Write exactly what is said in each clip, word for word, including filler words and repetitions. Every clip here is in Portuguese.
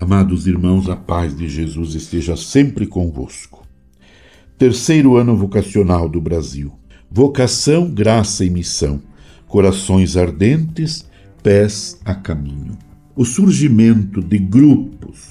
Amados irmãos, a paz de Jesus esteja sempre convosco. Terceiro ano vocacional do Brasil. Vocação, graça e missão. Corações ardentes, pés a caminho. O surgimento de grupos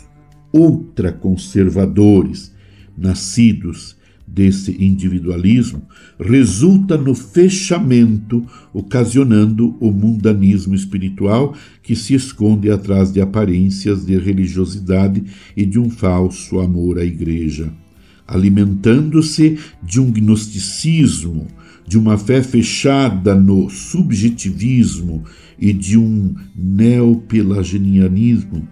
ultraconservadores, nascidos desse individualismo, resulta no fechamento, ocasionando o mundanismo espiritual que se esconde atrás de aparências de religiosidade e de um falso amor à igreja, alimentando-se de um gnosticismo, de uma fé fechada no subjetivismo e de um neopelagianismo,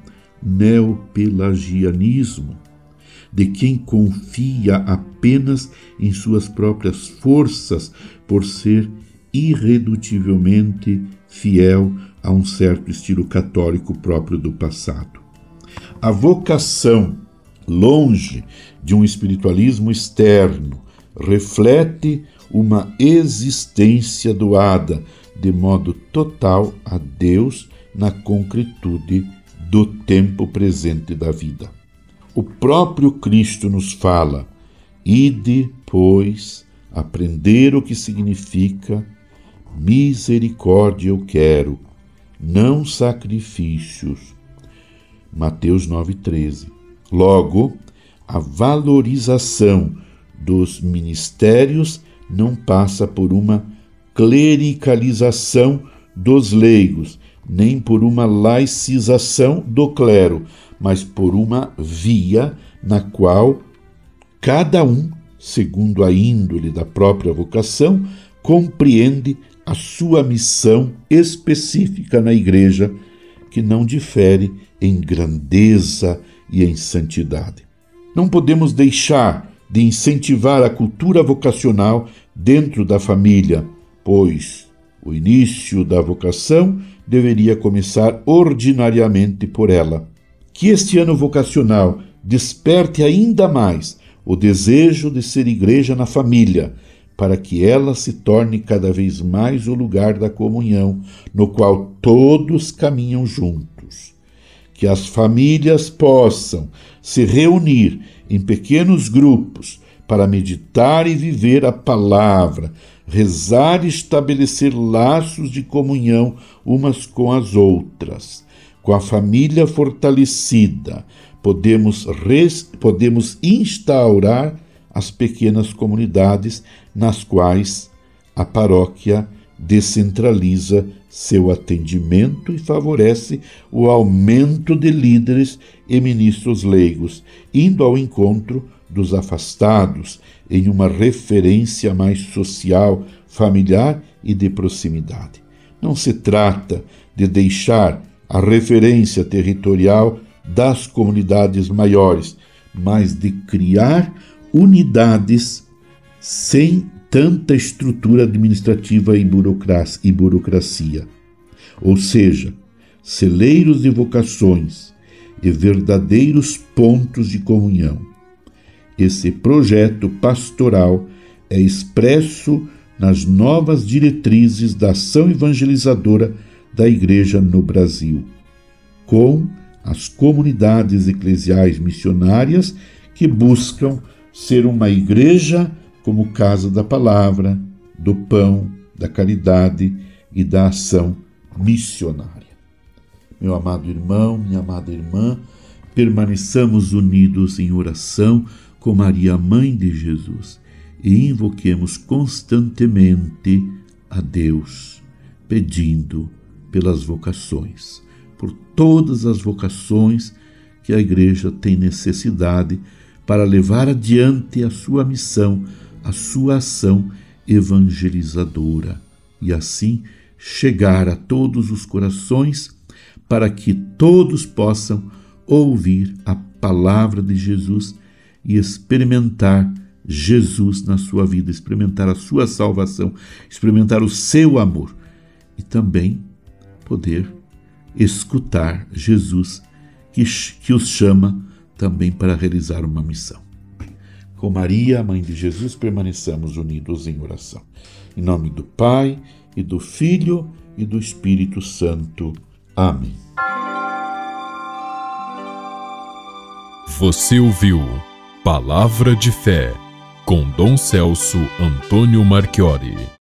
neopelagianismo, de quem confia apenas em suas próprias forças por ser irredutivelmente fiel a um certo estilo católico próprio do passado. A vocação, longe de um espiritualismo externo, reflete uma existência doada de modo total a Deus na concretude do tempo presente da vida. O próprio Cristo nos fala: ide, pois, aprender o que significa misericórdia eu quero, não sacrifícios. Mateus nove, treze. Logo, a valorização dos ministérios não passa por uma clericalização dos leigos, nem por uma laicização do clero, mas por uma via na qual cada um, segundo a índole da própria vocação, compreende a sua missão específica na igreja, que não difere em grandeza e em santidade. Não podemos deixar de incentivar a cultura vocacional dentro da família, pois o início da vocação deveria começar ordinariamente por ela. Que este ano vocacional desperte ainda mais o desejo de ser igreja na família, para que ela se torne cada vez mais o lugar da comunhão, no qual todos caminham juntos. Que as famílias possam se reunir em pequenos grupos para meditar e viver a palavra, rezar e estabelecer laços de comunhão umas com as outras. Com a família fortalecida, podemos, res, podemos instaurar as pequenas comunidades nas quais a paróquia descentraliza seu atendimento e favorece o aumento de líderes e ministros leigos, indo ao encontro dos afastados em uma referência mais social, familiar e de proximidade. Não se trata de deixar a referência territorial das comunidades maiores, mas de criar unidades sem tanta estrutura administrativa e burocracia, ou seja, celeiros de vocações e verdadeiros pontos de comunhão. Esse projeto pastoral é expresso nas novas diretrizes da ação evangelizadora da Igreja no Brasil, com as comunidades eclesiais missionárias que buscam ser uma igreja como casa da palavra, do pão, da caridade e da ação missionária. Meu amado irmão, minha amada irmã, permaneçamos unidos em oração com Maria, Mãe de Jesus, e invoquemos constantemente a Deus, pedindo pelas vocações, por todas as vocações que a Igreja tem necessidade para levar adiante a sua missão, a sua ação evangelizadora, e assim chegar a todos os corações, para que todos possam ouvir a palavra de Jesus e experimentar Jesus na sua vida, experimentar a sua salvação, experimentar o seu amor, e também poder escutar Jesus, que, que os chama também para realizar uma missão. Com Maria, Mãe de Jesus, permaneçamos unidos em oração. Em nome do Pai, e do Filho, e do Espírito Santo. Amém. Você ouviu Palavra de Fé, com Dom Celso Antônio Marchiori.